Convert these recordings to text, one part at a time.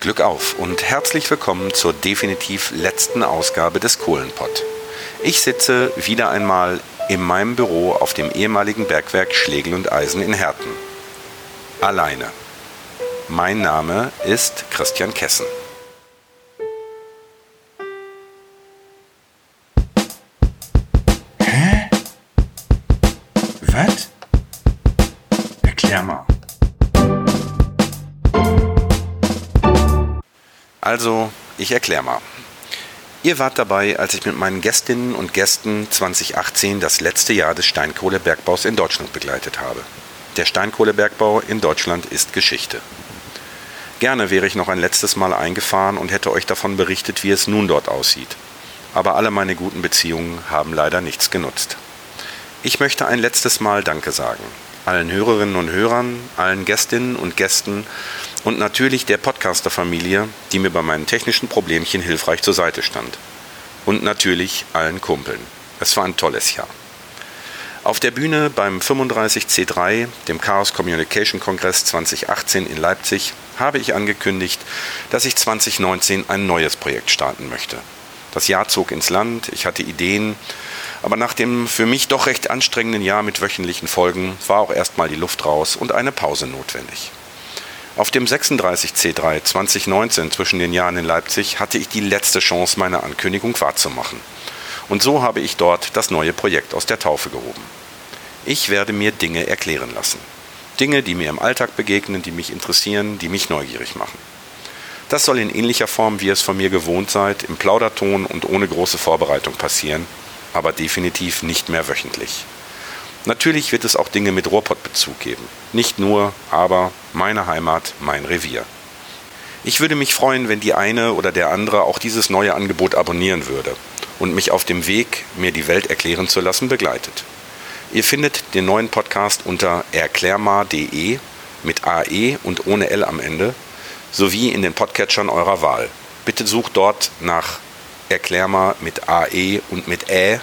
Glück auf und herzlich willkommen zur definitiv letzten Ausgabe des Kohlenpott. Ich sitze wieder einmal in meinem Büro auf dem ehemaligen Bergwerk Schlegel und Eisen in Herten. Alleine. Mein Name ist Christian Kessen. Hä? Was? Erklär mal. Also, ich erkläre mal. Ihr wart dabei, als ich mit meinen Gästinnen und Gästen 2018 das letzte Jahr des Steinkohlebergbaus in Deutschland begleitet habe. Der Steinkohlebergbau in Deutschland ist Geschichte. Gerne wäre ich noch ein letztes Mal eingefahren und hätte euch davon berichtet, wie es nun dort aussieht. Aber alle meine guten Beziehungen haben leider nichts genutzt. Ich möchte ein letztes Mal Danke sagen. Allen Hörerinnen und Hörern, allen Gästinnen und Gästen und natürlich der Podcaster-Familie, die mir bei meinen technischen Problemchen hilfreich zur Seite stand. Und natürlich allen Kumpeln. Es war ein tolles Jahr. Auf der Bühne beim 35C3, dem Chaos Communication Kongress 2018 in Leipzig, habe ich angekündigt, dass ich 2019 ein neues Projekt starten möchte. Das Jahr zog ins Land, ich hatte Ideen, aber nach dem für mich doch recht anstrengenden Jahr mit wöchentlichen Folgen war auch erstmal die Luft raus und eine Pause notwendig. Auf dem 36C3 2019 zwischen den Jahren in Leipzig hatte ich die letzte Chance, meine Ankündigung wahrzumachen. Und so habe ich dort das neue Projekt aus der Taufe gehoben. Ich werde mir Dinge erklären lassen. Dinge, die mir im Alltag begegnen, die mich interessieren, die mich neugierig machen. Das soll in ähnlicher Form, wie ihr es von mir gewohnt seid, im Plauderton und ohne große Vorbereitung passieren, aber definitiv nicht mehr wöchentlich. Natürlich wird es auch Dinge mit Ruhrpott-Bezug geben. Nicht nur, aber meine Heimat, mein Revier. Ich würde mich freuen, wenn die eine oder der andere auch dieses neue Angebot abonnieren würde und mich auf dem Weg, mir die Welt erklären zu lassen, begleitet. Ihr findet den neuen Podcast unter erklärmar.de mit AE und ohne L am Ende, sowie in den Podcatchern eurer Wahl. Bitte sucht dort nach Erklärmar mit AE und mit Ä.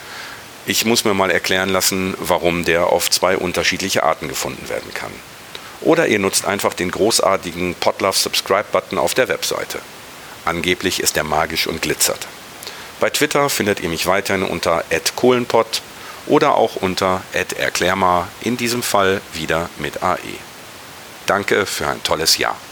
Ich muss mir mal erklären lassen, warum der auf zwei unterschiedliche Arten gefunden werden kann. Oder ihr nutzt einfach den großartigen Podlove Subscribe-Button auf der Webseite. Angeblich ist er magisch und glitzert. Bei Twitter findet ihr mich weiterhin unter @kohlenpott oder auch unter @erklärmar, in diesem Fall wieder mit AE. Danke für ein tolles Jahr.